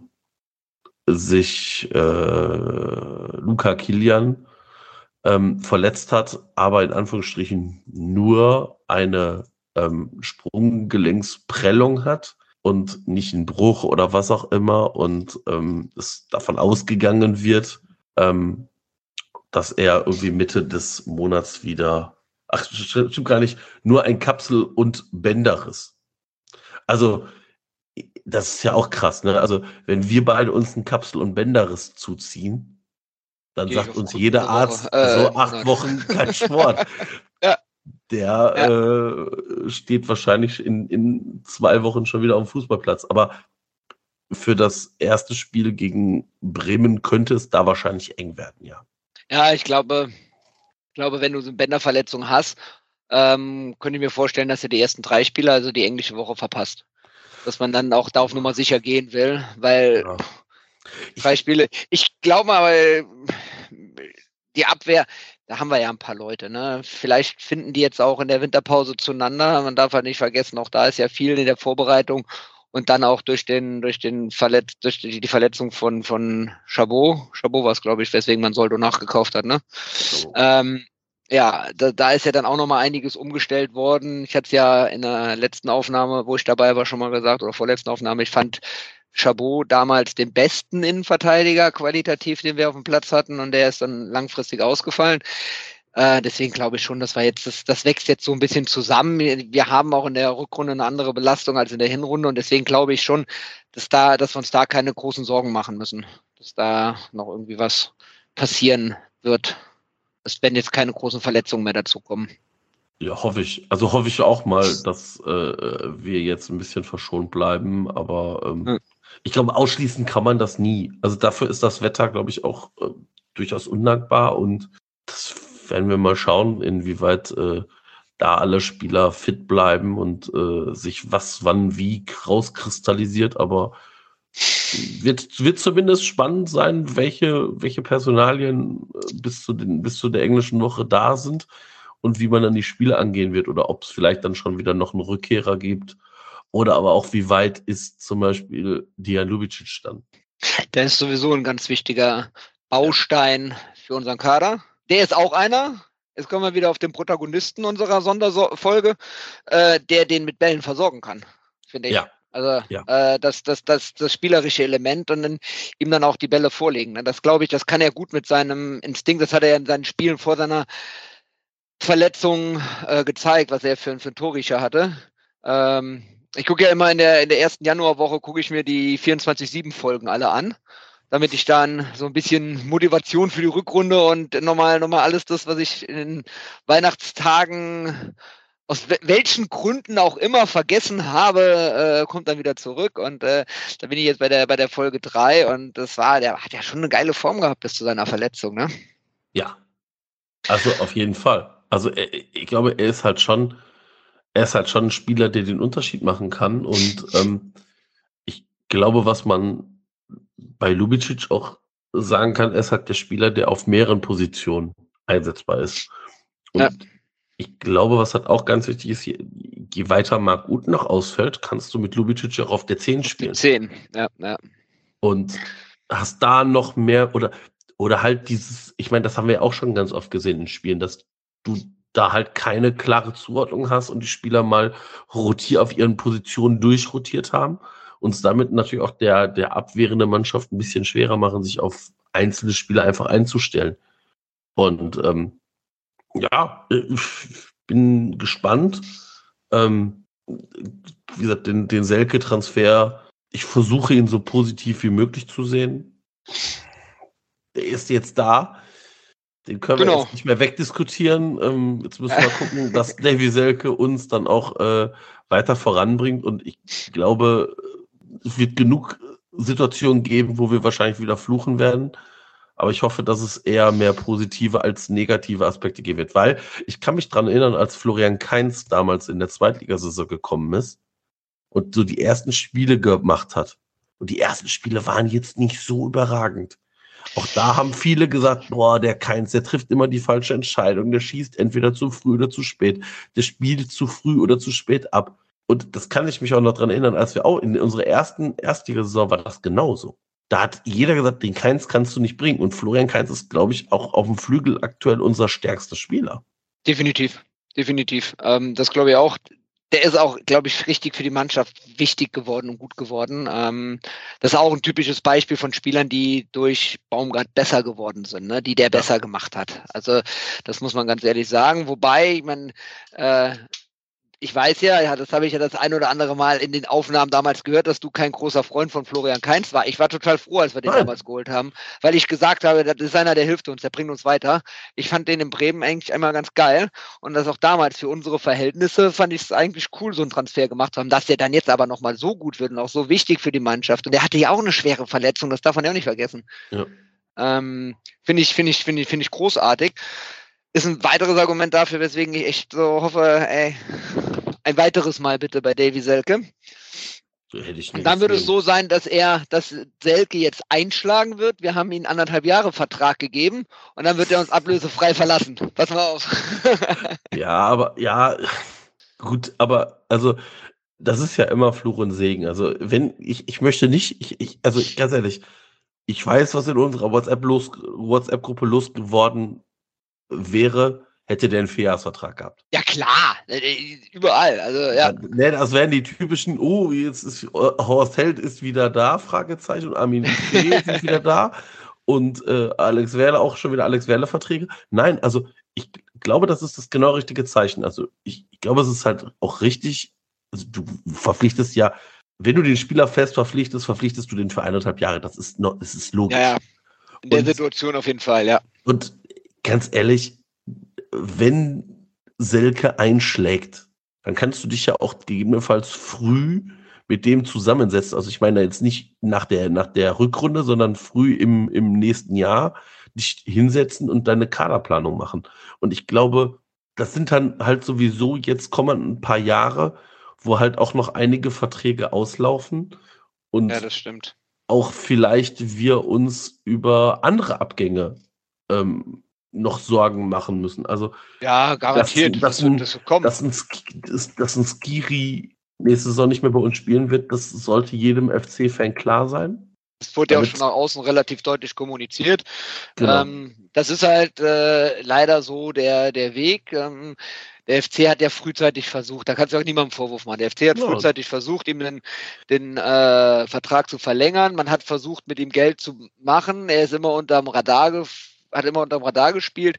sich Luca Kilian verletzt hat, aber in Anführungsstrichen nur eine Sprunggelenksprellung hat und nicht einen Bruch oder was auch immer und es davon ausgegangen wird, dass er irgendwie Mitte des Monats wieder, stimmt gar nicht, nur ein Kapsel- und Bänderriss. Also das ist ja auch krass, ne? Also wenn wir beide uns einen Kapsel- und Bänderriss zuziehen, dann sagt uns jeder Arzt, so 8 Wochen kein Sport. Ja. Der steht wahrscheinlich in 2 Wochen schon wieder auf dem Fußballplatz. Aber für das erste Spiel gegen Bremen könnte es da wahrscheinlich eng werden, ja. Ja, ich glaube, wenn du so eine Bänderverletzung hast, könnte ich mir vorstellen, dass er die ersten 3 Spiele, also die englische Woche, verpasst. Dass man dann auch da auf Nummer sicher gehen will, weil 3 Spiele, ich glaube aber, die Abwehr, da haben wir ja ein paar Leute, ne? Vielleicht finden die jetzt auch in der Winterpause zueinander. Man darf halt nicht vergessen, auch da ist ja viel in der Vorbereitung und dann auch durch die Verletzung von Chabot. Chabot war es, glaube ich, weswegen man Soldo nachgekauft hat, ne? Ja, da ist ja dann auch nochmal einiges umgestellt worden. Ich hatte es ja in der letzten Aufnahme, wo ich dabei war, schon mal gesagt, oder vorletzten Aufnahme, ich fand Chabot damals den besten Innenverteidiger qualitativ, den wir auf dem Platz hatten, und der ist dann langfristig ausgefallen. Deswegen glaube ich schon, das wächst jetzt so ein bisschen zusammen. Wir haben auch in der Rückrunde eine andere Belastung als in der Hinrunde, und deswegen glaube ich schon, dass wir uns da keine großen Sorgen machen müssen, dass da noch irgendwie was passieren wird. Es werden jetzt keine großen Verletzungen mehr dazu kommen. Ja, hoffe ich. Also hoffe ich auch mal, dass wir jetzt ein bisschen verschont bleiben, aber ich glaube, ausschließen kann man das nie. Also dafür ist das Wetter, glaube ich, auch durchaus undankbar, und das werden wir mal schauen, inwieweit da alle Spieler fit bleiben und sich was, wann, wie rauskristallisiert, aber wird zumindest spannend sein, welche Personalien bis zu der englischen Woche da sind und wie man dann die Spiele angehen wird, oder ob es vielleicht dann schon wieder noch einen Rückkehrer gibt, oder aber auch wie weit ist zum Beispiel Dejan Ljubicic dann. Der ist sowieso ein ganz wichtiger Baustein für unseren Kader. Der ist auch einer, jetzt kommen wir wieder auf den Protagonisten unserer Sonderfolge, der den mit Bällen versorgen kann, finde ich. Ja. Also das spielerische Element und dann ihm dann auch die Bälle vorlegen. Das glaube ich, das kann er gut mit seinem Instinkt. Das hat er ja in seinen Spielen vor seiner Verletzung gezeigt, was er für einen Torriecher hatte. Ich gucke ja immer in der ersten Januarwoche, gucke ich mir die 24/7-Folgen alle an, damit ich dann so ein bisschen Motivation für die Rückrunde und nochmal alles das, was ich in den Weihnachtstagen aus welchen Gründen auch immer vergessen habe, kommt dann wieder zurück, und da bin ich jetzt bei der Folge 3, und der hat ja schon eine geile Form gehabt bis zu seiner Verletzung, ne? Ja, also auf jeden Fall. Also ich glaube, er ist halt schon ein Spieler, der den Unterschied machen kann, und ich glaube, was man bei Ljubicic auch sagen kann, er ist halt der Spieler, der auf mehreren Positionen einsetzbar ist. Und ich glaube, was halt auch ganz wichtig ist, je weiter Marc Uth noch ausfällt, kannst du mit Ljubicic auch auf der 10 spielen. 10, ja. Und hast da noch mehr, oder halt dieses, ich meine, das haben wir ja auch schon ganz oft gesehen in Spielen, dass du da halt keine klare Zuordnung hast und die Spieler mal auf ihren Positionen durchrotiert haben und es damit natürlich auch der abwehrende Mannschaft ein bisschen schwerer machen, sich auf einzelne Spieler einfach einzustellen. Und ja, ich bin gespannt. Wie gesagt, den Selke-Transfer, ich versuche ihn so positiv wie möglich zu sehen. Der ist jetzt da. Den können wir jetzt nicht mehr wegdiskutieren. Jetzt müssen wir gucken, dass Davy Selke uns dann auch weiter voranbringt. Und ich glaube, es wird genug Situationen geben, wo wir wahrscheinlich wieder fluchen werden. Aber ich hoffe, dass es eher mehr positive als negative Aspekte geben wird. Weil ich kann mich daran erinnern, als Florian Kainz damals in der Zweitligasaison gekommen ist und so die ersten Spiele gemacht hat. Und die ersten Spiele waren jetzt nicht so überragend. Auch da haben viele gesagt, boah, der Kainz, der trifft immer die falsche Entscheidung, der schießt entweder zu früh oder zu spät, der spielt zu früh oder zu spät ab. Und das kann ich mich auch noch dran erinnern, als wir auch in unserer Erstligasaison war das genauso. Da hat jeder gesagt, den Kainz kannst du nicht bringen. Und Florian Kainz ist, glaube ich, auch auf dem Flügel aktuell unser stärkster Spieler. Definitiv. Das glaube ich auch. Der ist auch, glaube ich, richtig für die Mannschaft wichtig geworden und gut geworden. Das ist auch ein typisches Beispiel von Spielern, die durch Baumgart besser geworden sind, ne? Die der besser gemacht hat. Also das muss man ganz ehrlich sagen. Wobei, ich weiß ja, das habe ich ja das ein oder andere Mal in den Aufnahmen damals gehört, dass du kein großer Freund von Florian Kainz war. Ich war total froh, als wir den damals geholt haben, weil ich gesagt habe, das ist einer, der hilft uns, der bringt uns weiter. Ich fand den in Bremen eigentlich einmal ganz geil, und das auch damals für unsere Verhältnisse fand ich es eigentlich cool, so einen Transfer gemacht zu haben, dass der dann jetzt aber nochmal so gut wird und auch so wichtig für die Mannschaft. Und der hatte ja auch eine schwere Verletzung, das darf man ja auch nicht vergessen. Ja. Finde ich großartig. Ist ein weiteres Argument dafür, weswegen ich echt so hoffe, ein weiteres Mal bitte bei Davy Selke. So hätte ich und dann wird es so sein, dass Selke jetzt einschlagen wird. Wir haben ihm 1,5 Jahre Vertrag gegeben und dann wird er uns ablösefrei verlassen. Pass mal auf. Gut, aber also das ist ja immer Fluch und Segen. Also wenn ich möchte nicht, ganz ehrlich, ich weiß, was in unserer WhatsApp-Gruppe los geworden wäre, hätte der einen 4-Jahres-Vertrag gehabt. Ja, klar. Überall. Also, ja. Ne, das wären die typischen, jetzt ist Horst Held ist wieder da, Fragezeichen, und Armin Fee ist wieder da und Alex Werle auch schon wieder Alex Werle-Verträge. Nein, also ich glaube, das ist das genau richtige Zeichen. Also ich glaube, es ist halt auch richtig, also du verpflichtest ja, wenn du den Spieler fest verpflichtest, verpflichtest du den für 1,5 Jahre. Das ist logisch. Ja. In der Situation auf jeden Fall, ja. Und ganz ehrlich, wenn Selke einschlägt, dann kannst du dich ja auch gegebenenfalls früh mit dem zusammensetzen. Also ich meine jetzt nicht nach der Rückrunde, sondern früh im nächsten Jahr dich hinsetzen und deine Kaderplanung machen. Und ich glaube, das sind dann halt sowieso, jetzt kommen ein paar Jahre, wo halt auch noch einige Verträge auslaufen und Ja, das stimmt. auch vielleicht wir uns über andere Abgänge noch Sorgen machen müssen. Also Ja, garantiert. dass ein Skiri nächste Saison nicht mehr bei uns spielen wird, das sollte jedem FC-Fan klar sein. Das wurde ja auch schon nach außen relativ deutlich kommuniziert. Genau. Das ist halt leider so der Weg. Der FC hat ja frühzeitig versucht, da kannst du auch niemandem Vorwurf machen. Der FC hat frühzeitig versucht, ihm den Vertrag zu verlängern. Man hat versucht, mit ihm Geld zu machen. Er ist immer hat immer unterm Radar gespielt.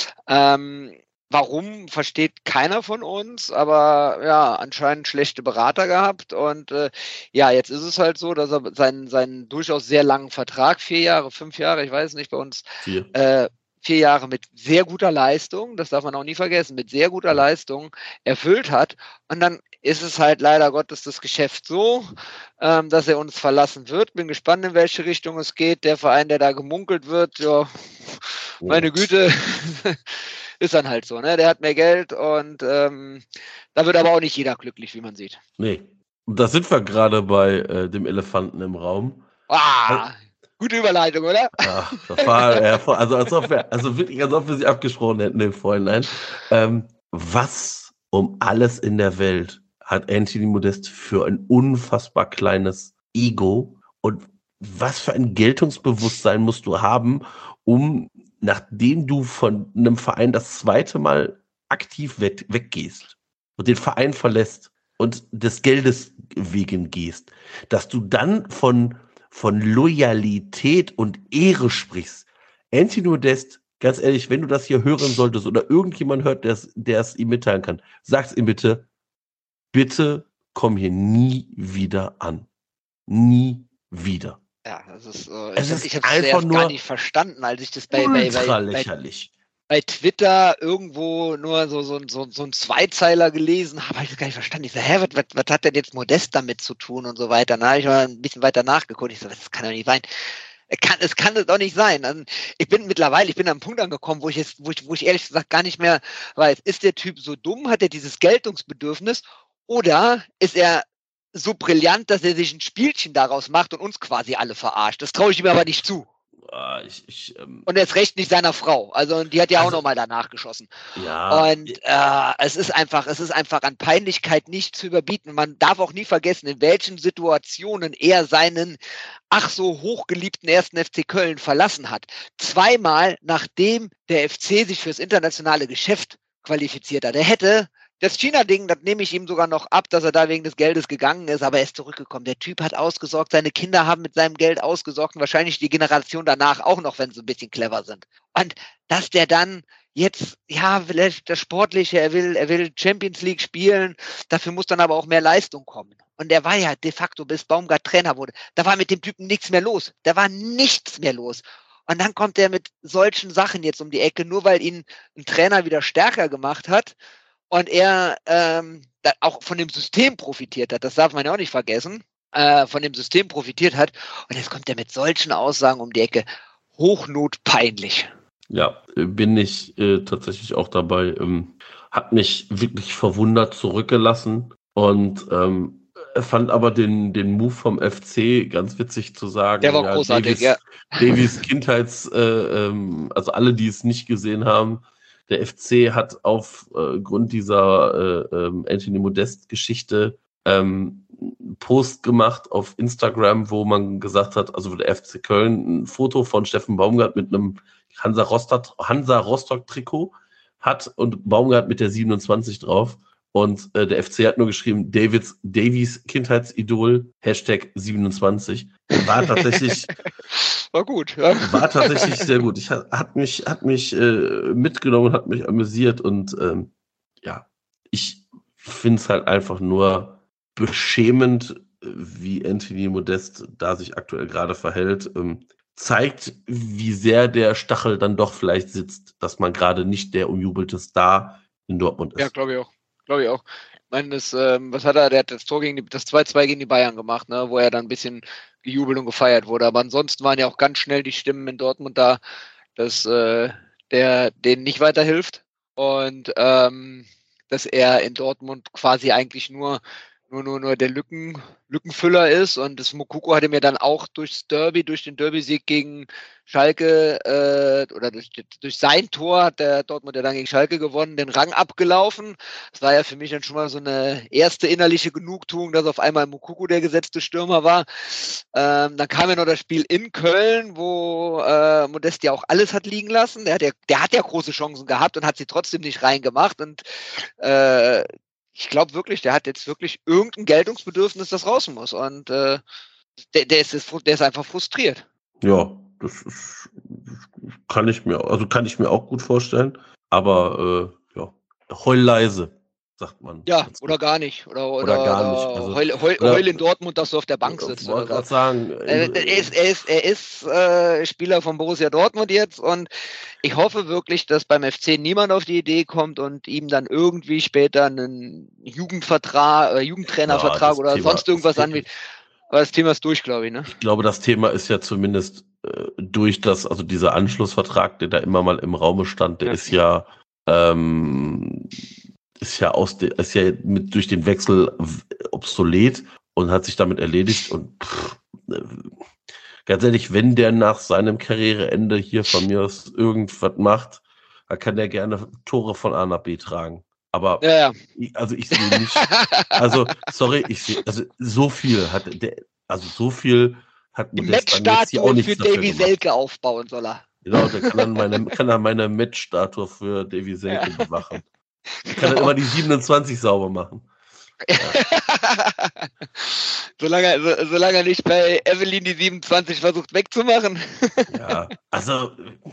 Warum, versteht keiner von uns, aber ja, anscheinend schlechte Berater gehabt und jetzt ist es halt so, dass er seinen durchaus sehr langen Vertrag, 4 Jahre, 5 Jahre, ich weiß nicht, bei uns 4 Jahre mit sehr guter Leistung, das darf man auch nie vergessen, mit sehr guter Leistung erfüllt hat und dann ist es halt leider Gottes das Geschäft so, dass er uns verlassen wird. Bin gespannt, in welche Richtung es geht. Der Verein, der da gemunkelt wird, ja, meine Güte, ist dann halt so, ne? Der hat mehr Geld und da wird aber auch nicht jeder glücklich, wie man sieht. Nee. Und da sind wir gerade bei dem Elefanten im Raum. Gute Überleitung, oder? Ach, das war als ob wir sie abgesprochen hätten im Vorhinein. Was um alles in der Welt hat Anthony Modest für ein unfassbar kleines Ego und was für ein Geltungsbewusstsein musst du haben, um, nachdem du von einem Verein das zweite Mal aktiv weggehst und den Verein verlässt und des Geldes wegen gehst, dass du dann von Loyalität und Ehre sprichst. Anthony Modest, ganz ehrlich, wenn du das hier hören solltest oder irgendjemand hört, der es ihm mitteilen kann, sag's ihm bitte komm hier nie wieder an. Nie wieder. Ja, das ist Ich habe es einfach gar nicht verstanden, als ich das lächerlich. Bei Twitter irgendwo nur so ein Zweizeiler gelesen habe, ich gar nicht verstanden. Ich so, was hat denn jetzt Modest damit zu tun und so weiter? Da habe ich mal ein bisschen weiter nachgeguckt. Ich so, das kann doch nicht sein. Es kann doch nicht sein. Also ich bin an einem Punkt angekommen, wo ich ehrlich gesagt gar nicht mehr weiß, ist der Typ so dumm, hat er dieses Geltungsbedürfnis oder ist er so brillant, dass er sich ein Spielchen daraus macht und uns quasi alle verarscht? Das traue ich ihm aber nicht zu. Und erst recht nicht seiner Frau. Also die hat ja auch nochmal danach geschossen. Ja. Und es ist einfach an Peinlichkeit nicht zu überbieten. Man darf auch nie vergessen, in welchen Situationen er seinen ach so hochgeliebten 1. FC Köln verlassen hat. 2-mal, nachdem der FC sich fürs internationale Geschäft qualifiziert hat. Er hätte das China-Ding, das nehme ich ihm sogar noch ab, dass er da wegen des Geldes gegangen ist, aber er ist zurückgekommen. Der Typ hat ausgesorgt, seine Kinder haben mit seinem Geld ausgesorgt und wahrscheinlich die Generation danach auch noch, wenn sie ein bisschen clever sind. Und dass der dann jetzt, ja, will das Sportliche, er will Champions League spielen, dafür muss dann aber auch mehr Leistung kommen. Und der war ja de facto, bis Baumgart Trainer wurde, da war mit dem Typen nichts mehr los. Da war nichts mehr los. Und dann kommt er mit solchen Sachen jetzt um die Ecke, nur weil ihn ein Trainer wieder stärker gemacht hat. Und er auch von dem System profitiert hat, das darf man ja auch nicht vergessen, von dem System profitiert hat. Und jetzt kommt er mit solchen Aussagen um die Ecke. Hochnotpeinlich. Ja, bin ich tatsächlich auch dabei. Hat mich wirklich verwundert zurückgelassen und fand aber den Move vom FC ganz witzig zu sagen. Der war großartig, Davies also alle, die es nicht gesehen haben, der FC hat aufgrund dieser Anthony Modest-Geschichte Post gemacht auf Instagram, wo man gesagt hat, also der FC Köln ein Foto von Steffen Baumgart mit einem Hansa Rostock-Trikot hat und Baumgart mit der 27 drauf. Und der FC hat nur geschrieben, Davies Kindheitsidol, Hashtag 27. War tatsächlich... War gut, ja. War tatsächlich sehr gut. Hat mich mitgenommen und hat mich amüsiert. Und ich finde es halt einfach nur beschämend, wie Anthony Modest da sich aktuell gerade verhält. Zeigt, wie sehr der Stachel dann doch vielleicht sitzt, dass man gerade nicht der umjubelte Star in Dortmund ist. Ja, glaube ich auch. Ich meine, was hat er? Der hat das 2-2 gegen die Bayern gemacht, ne, wo er dann ein bisschen gejubelt und gefeiert wurde. Aber ansonsten waren ja auch ganz schnell die Stimmen in Dortmund da, dass der denen nicht weiterhilft und dass er in Dortmund quasi eigentlich nur der Lückenfüller ist, und das Moukoko hatte mir dann auch durch den Derby-Sieg gegen Schalke oder durch sein Tor hat der Dortmund ja dann gegen Schalke gewonnen, den Rang abgelaufen. Das war ja für mich dann schon mal so eine erste innerliche Genugtuung, dass auf einmal Moukoko der gesetzte Stürmer war. Dann kam ja noch das Spiel in Köln, wo Modest ja auch alles hat liegen lassen. Der hat ja große Chancen gehabt und hat sie trotzdem nicht reingemacht, und ich glaube wirklich, der hat jetzt wirklich irgendein Geltungsbedürfnis, das raus muss. Und der ist einfach frustriert. Ja, kann ich mir auch gut vorstellen. Aber heul leise, sagt man. Ja, oder gar nicht. Oder gar nicht. Also, heul in Dortmund, dass du auf der Bank sitzt. Ich wollte gerade sagen. Er ist Spieler von Borussia Dortmund jetzt, und ich hoffe wirklich, dass beim FC niemand auf die Idee kommt und ihm dann irgendwie später einen Jugendtrainervertrag oder sonst irgendwas anbietet. Aber das Thema ist durch, glaube ich, ne? Ich glaube, das Thema ist ja zumindest durch dieser Anschlussvertrag, der da immer mal im Raume stand, der ist ja durch den Wechsel obsolet und hat sich damit erledigt. Und ganz ehrlich, wenn der nach seinem Karriereende hier von mir aus irgendwas macht, dann kann der gerne Tore von A nach B tragen. Aber ich sehe nicht. Also, sorry, so viel hat die Matchstatue für Davy Selke aufbauen soll er. Genau, der kann dann meine Matchstatue für Davy Selke machen. Ich kann dann immer die 27 sauber machen. Ja. solange er nicht bei Evelyn die 27 versucht wegzumachen. Ja, also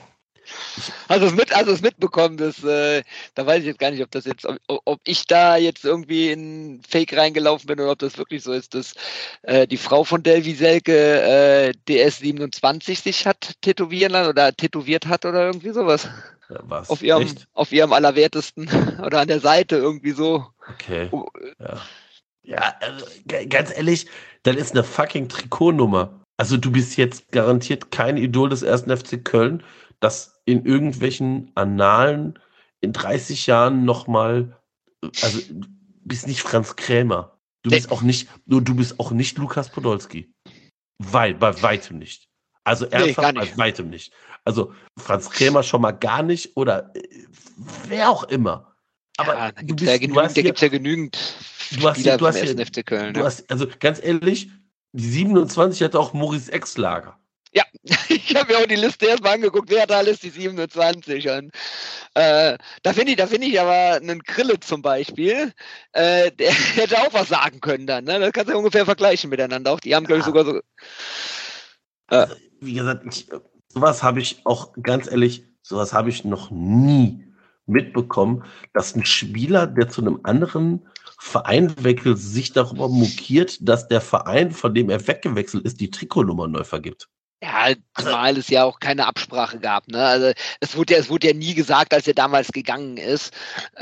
es mitbekommen, da weiß ich jetzt gar nicht, ob ich da jetzt irgendwie in Fake reingelaufen bin oder ob das wirklich so ist, dass die Frau von Davy Selke DS27 sich hat tätowieren lassen oder tätowiert hat oder irgendwie sowas. Ja, was? Auf ihrem Allerwertesten oder an der Seite irgendwie so. Okay. Ja, also, ganz ehrlich, das ist eine fucking Trikotnummer. Also du bist jetzt garantiert kein Idol des 1. FC Köln, das in irgendwelchen Annalen in 30 Jahren nochmal, also du bist nicht Franz Krämer. Du bist auch nicht Lukas Podolski. Bei weitem nicht. Also ernsthaft, bei weitem nicht. Also Franz Krämer schon mal gar nicht oder wer auch immer. Aber da gibt es ja genügend Spieler vom 1. FC Köln. Also ganz ehrlich, die 27 hatte auch Maurice Exlager. Ja, ich habe mir auch die Liste erstmal angeguckt, wer hat alles die 27. Und da finde ich aber einen Krille zum Beispiel, der hätte auch was sagen können dann. Ne? Das kannst du ja ungefähr vergleichen miteinander. Auch die haben, glaube ich, sogar so. Also, wie gesagt, sowas habe ich auch, ganz ehrlich, sowas habe ich noch nie mitbekommen, dass ein Spieler, der zu einem anderen Verein wechselt, sich darüber mokiert, dass der Verein, von dem er weggewechselt ist, die Trikotnummer neu vergibt. Ja, zumal es ja auch keine Absprache gab. Ne? Also es wurde ja nie gesagt, als er damals gegangen ist,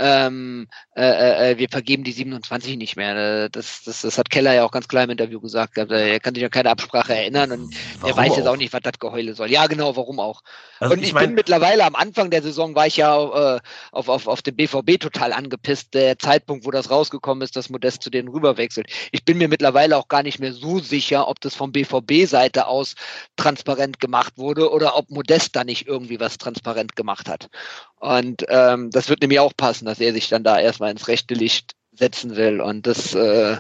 wir vergeben die 27 nicht mehr. Das hat Keller ja auch ganz klar im Interview gesagt. Er kann sich an keine Absprache erinnern und er weiß jetzt auch nicht, was das Geheule soll. Ja, genau, warum auch. Also und ich bin mittlerweile, am Anfang der Saison war ich ja auf den BVB total angepisst. Der Zeitpunkt, wo das rausgekommen ist, dass Modest zu denen rüberwechselt. Ich bin mir mittlerweile auch gar nicht mehr so sicher, ob das vom BVB-Seite aus transparent gemacht wurde oder ob Modest da nicht irgendwie was transparent gemacht hat. Und das wird nämlich auch passen, dass er sich dann da erstmal ins rechte Licht setzen will und das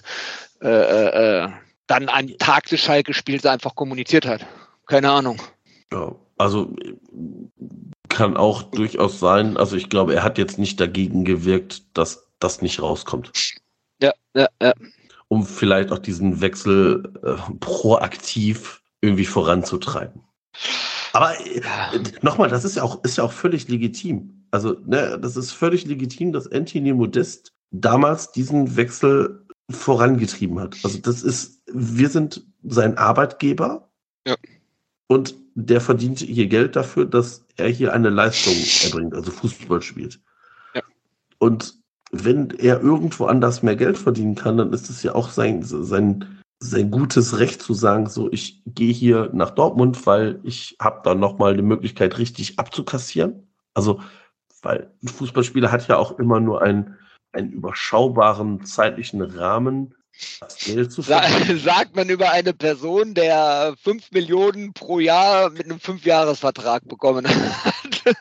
dann am Tag des Schalke-Spiels einfach kommuniziert hat. Keine Ahnung. Ja, also kann auch durchaus sein, also ich glaube, er hat jetzt nicht dagegen gewirkt, dass das nicht rauskommt. Ja. Um vielleicht auch diesen Wechsel proaktiv irgendwie voranzutreiben. Aber nochmal, das ist ja auch völlig legitim. Also, ne, das ist völlig legitim, dass Anthony Modest damals diesen Wechsel vorangetrieben hat. Also wir sind sein Arbeitgeber. Ja. Und der verdient hier Geld dafür, dass er hier eine Leistung erbringt, also Fußball spielt. Ja. Und wenn er irgendwo anders mehr Geld verdienen kann, dann ist es ja auch sein gutes Recht zu sagen, so, ich gehe hier nach Dortmund, weil ich habe da nochmal die Möglichkeit, richtig abzukassieren. Also, weil ein Fußballspieler hat ja auch immer nur einen überschaubaren zeitlichen Rahmen, das Geld zu verdienen. Sagt man über eine Person, der 5 Millionen pro Jahr mit einem 5-Jahres-Vertrag bekommen hat.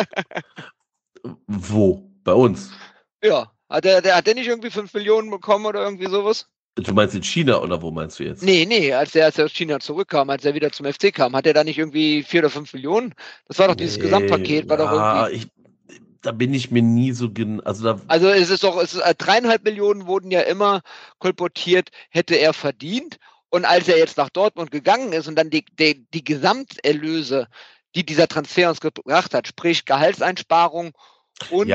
Wo? Bei uns? Ja. Hat der nicht irgendwie 5 Millionen bekommen oder irgendwie sowas? Du meinst in China oder wo meinst du jetzt? Nee, als er aus China zurückkam, als er wieder zum FC kam, hat er da nicht irgendwie 4 oder 5 Millionen? Das war doch dieses Gesamtpaket, war doch irgendwie. Da bin ich mir nie so Also es ist 3,5 Millionen wurden ja immer kolportiert, hätte er verdient. Und als er jetzt nach Dortmund gegangen ist und dann die Gesamterlöse, die dieser Transfer uns gebracht hat, sprich Gehaltseinsparung und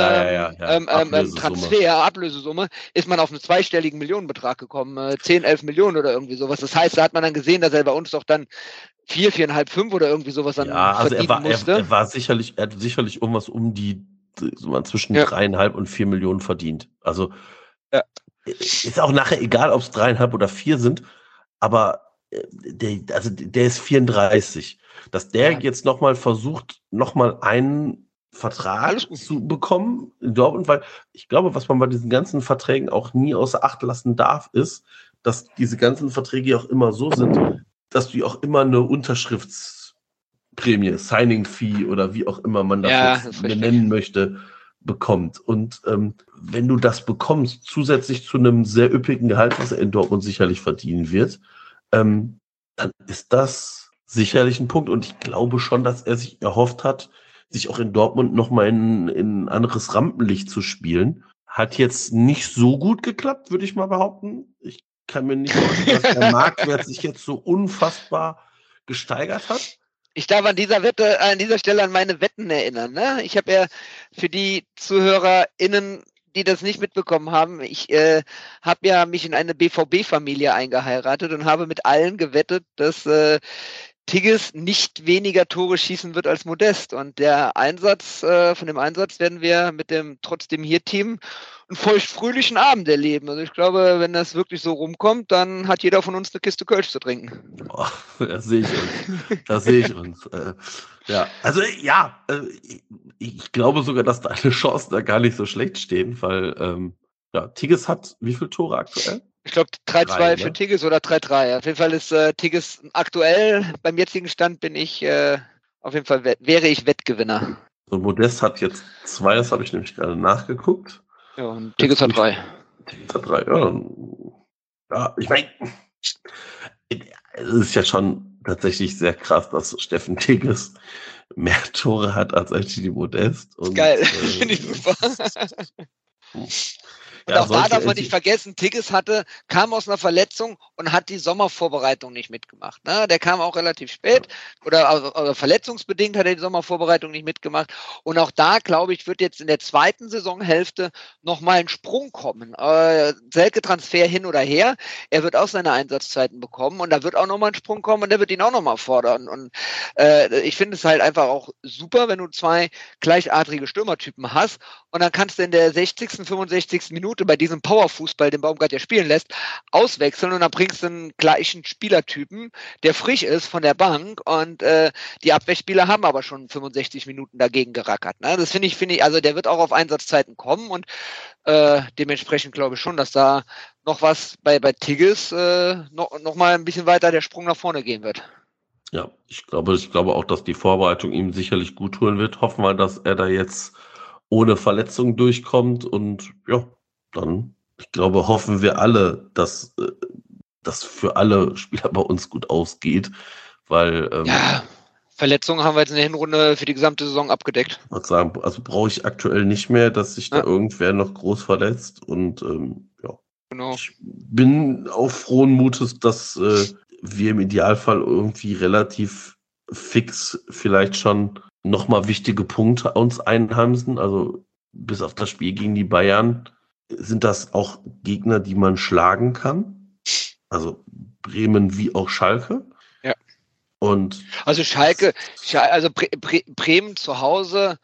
Ablösesumme, ist man auf einen zweistelligen Millionenbetrag gekommen, 10, 11 Millionen oder irgendwie sowas. Das heißt, da hat man dann gesehen, dass er bei uns doch dann 4, 4,5, 5 oder irgendwie sowas dann verdienen musste. Er hat sicherlich irgendwas zwischen 3,5 und 4 Millionen verdient. Also ist auch nachher egal, ob es 3,5 oder 4 sind, aber der ist 34. Dass der jetzt nochmal versucht, nochmal einen Vertrag zu bekommen in Dortmund, weil ich glaube, was man bei diesen ganzen Verträgen auch nie außer Acht lassen darf, ist, dass diese ganzen Verträge auch immer so sind, dass du auch immer eine Unterschriftsprämie, Signing-Fee oder wie auch immer man das benennen möchte, bekommt. Und wenn du das bekommst, zusätzlich zu einem sehr üppigen Gehalt, was er in Dortmund sicherlich verdienen wird, dann ist das sicherlich ein Punkt. Und ich glaube schon, dass er sich erhofft hat, sich auch in Dortmund nochmal in ein anderes Rampenlicht zu spielen. Hat jetzt nicht so gut geklappt, würde ich mal behaupten. Ich kann mir nicht vorstellen, dass der Marktwert sich jetzt so unfassbar gesteigert hat. Ich darf an dieser Stelle an meine Wetten erinnern. Ne? Ich habe ja für die ZuhörerInnen, die das nicht mitbekommen haben, ich habe ja mich in eine BVB-Familie eingeheiratet und habe mit allen gewettet, dass Tigges nicht weniger Tore schießen wird als Modest. Und von dem Einsatz werden wir mit dem Trotzdem hier-Team einen feuchtfröhlichen Abend erleben. Also ich glaube, wenn das wirklich so rumkommt, dann hat jeder von uns eine Kiste Kölsch zu trinken. Oh, das sehe ich uns. Ich glaube sogar, dass deine Chancen da gar nicht so schlecht stehen, weil Tigges hat wie viele Tore aktuell? Ich glaube 3-2 für Tigges oder 3-3. Auf jeden Fall ist Tigges aktuell, beim jetzigen Stand wäre ich Wettgewinner. Und Modest hat jetzt 2, das habe ich nämlich gerade nachgeguckt. Ja, und Tigges hat 3. Tigges hat 3, ja, ich meine, es ist ja schon tatsächlich sehr krass, dass Steffen Tigges mehr Tore hat als Anthony Modest. Und, geil, finde ich super. Und auch da darf man nicht vergessen, Tigges kam aus einer Verletzung und hat die Sommervorbereitung nicht mitgemacht. Ne? Der kam auch relativ spät oder verletzungsbedingt hat er die Sommervorbereitung nicht mitgemacht. Und auch da, glaube ich, wird jetzt in der zweiten Saisonhälfte nochmal ein Sprung kommen. Selke-Transfer hin oder her, er wird auch seine Einsatzzeiten bekommen und da wird auch nochmal ein Sprung kommen und der wird ihn auch nochmal fordern. Und ich finde es halt einfach auch super, wenn du 2 gleichartige Stürmertypen hast und dann kannst du in der 60., 65. Minute bei diesem Powerfußball, den Baumgart ja spielen lässt, auswechseln und dann bringst du einen gleichen Spielertypen, der frisch ist von der Bank und die Abwehrspieler haben aber schon 65 Minuten dagegen gerackert. Ne? Das finde ich, also der wird auch auf Einsatzzeiten kommen und dementsprechend glaube ich schon, dass da noch was bei Tigges noch mal ein bisschen weiter der Sprung nach vorne gehen wird. Ja, ich glaube auch, dass die Vorbereitung ihm sicherlich gut tun wird. Hoffen wir, dass er da jetzt ohne Verletzung durchkommt und ja, dann, ich glaube, hoffen wir alle, dass das für alle Spieler bei uns gut ausgeht, weil Verletzungen haben wir jetzt in der Hinrunde für die gesamte Saison abgedeckt. Ich würde sagen, also brauche ich aktuell nicht mehr, dass sich da irgendwer noch groß verletzt. Und ja, Genau. ich bin auch frohen Mutes, dass wir im Idealfall irgendwie relativ fix vielleicht schon nochmal wichtige Punkte uns einheimsen. Also bis auf das Spiel gegen die Bayern sind das auch Gegner, die man schlagen kann. Also Bremen wie auch Schalke. Ja. Und also Bremen zu Hause,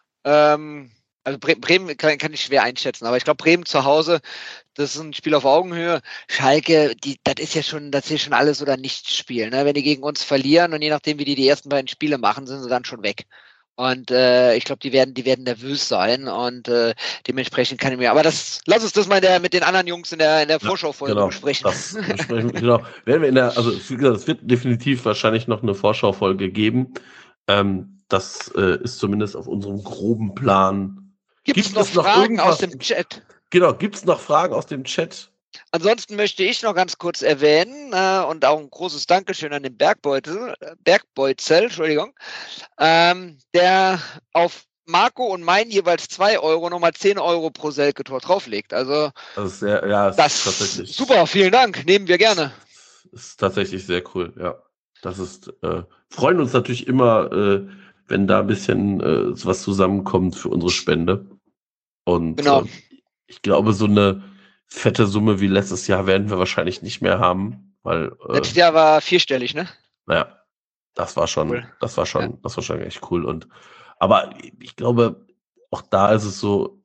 also Bremen kann ich schwer einschätzen, aber ich glaube Bremen zu Hause, das ist ein Spiel auf Augenhöhe. Schalke, das ist ja schon alles oder nichts Spiel. Ne? Wenn die gegen uns verlieren und je nachdem, wie die ersten beiden Spiele machen, sind sie dann schon weg. Und ich glaube, die werden nervös sein und dementsprechend kann ich mir. Aber lass uns das mal mit den anderen Jungs in der Vorschaufolge besprechen. Das besprechen genau. Werden wir wie gesagt, es wird definitiv wahrscheinlich noch eine Vorschaufolge geben. Das ist zumindest auf unserem groben Plan. Gibt es noch Fragen aus dem Chat? Genau, gibt es noch Fragen aus dem Chat? Ansonsten möchte ich noch ganz kurz erwähnen und auch ein großes Dankeschön an den Bergbeutel, Entschuldigung, der auf Marco und mein jeweils 2 Euro nochmal 10 Euro pro Selke-Tor drauflegt. Also das ist tatsächlich super, vielen Dank, nehmen wir gerne. Das ist tatsächlich sehr cool, ja. Das ist, freuen uns natürlich immer, wenn da ein bisschen was zusammenkommt für unsere Spende. Und genau. Ich glaube, so eine fette Summe wie letztes Jahr werden wir wahrscheinlich nicht mehr haben, weil letztes Jahr war 4-stellig, ne? Naja, das war schon echt cool. Aber ich glaube, auch da ist es so,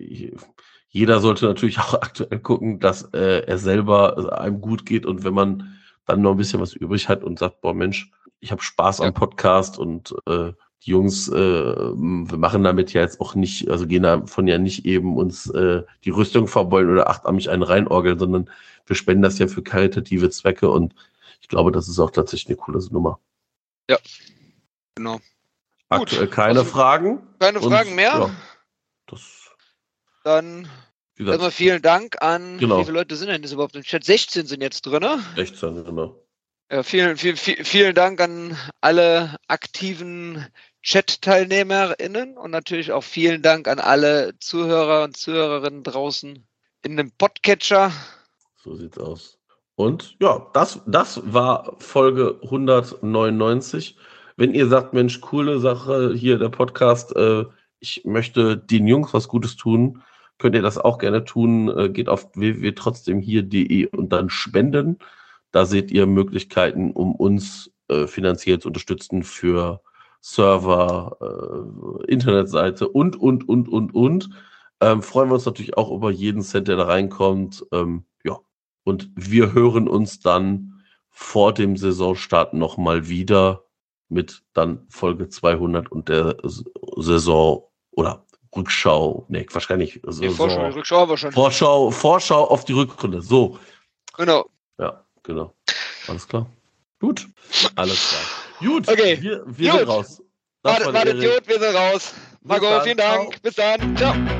jeder sollte natürlich auch aktuell gucken, dass er selber einem gut geht, und wenn man dann noch ein bisschen was übrig hat und sagt, boah Mensch, ich habe Spaß am Podcast und die Jungs, wir machen damit ja jetzt auch nicht, also gehen davon ja nicht eben uns die Rüstung verbeulen oder 8 an mich einen reinorgeln, sondern wir spenden das ja für karitative Zwecke, und ich glaube, das ist auch tatsächlich eine coole Nummer. Ja, genau. Aktuell keine Fragen. Keine Fragen mehr? Ja, dann erstmal vielen Dank an, wie viele Leute sind denn das überhaupt im Chat? 16 sind jetzt drin, ne? 16, genau. Ja, vielen Dank an alle aktiven Chat-TeilnehmerInnen und natürlich auch vielen Dank an alle Zuhörer und Zuhörerinnen draußen in dem Podcatcher. So sieht's aus. Und ja, das war Folge 199. Wenn ihr sagt, Mensch, coole Sache, hier der Podcast, ich möchte den Jungs was Gutes tun, könnt ihr das auch gerne tun. Geht auf www.trotzdemhier.de und dann spenden. Da seht ihr Möglichkeiten, um uns finanziell zu unterstützen für Server, Internetseite und. Freuen wir uns natürlich auch über jeden Cent, der da reinkommt. Und wir hören uns dann vor dem Saisonstart nochmal wieder mit dann Folge 200 und der Saison oder Rückschau. Nee, wahrscheinlich Rückschau aber schon. Vorschau auf die Rückrunde. So. Genau. Ja, genau. Alles klar. Gut. Alles klar. Gut. Okay. Wir sind raus. Warte, wir sind raus. Marco, vielen Dank. Ciao. Bis dann. Ciao.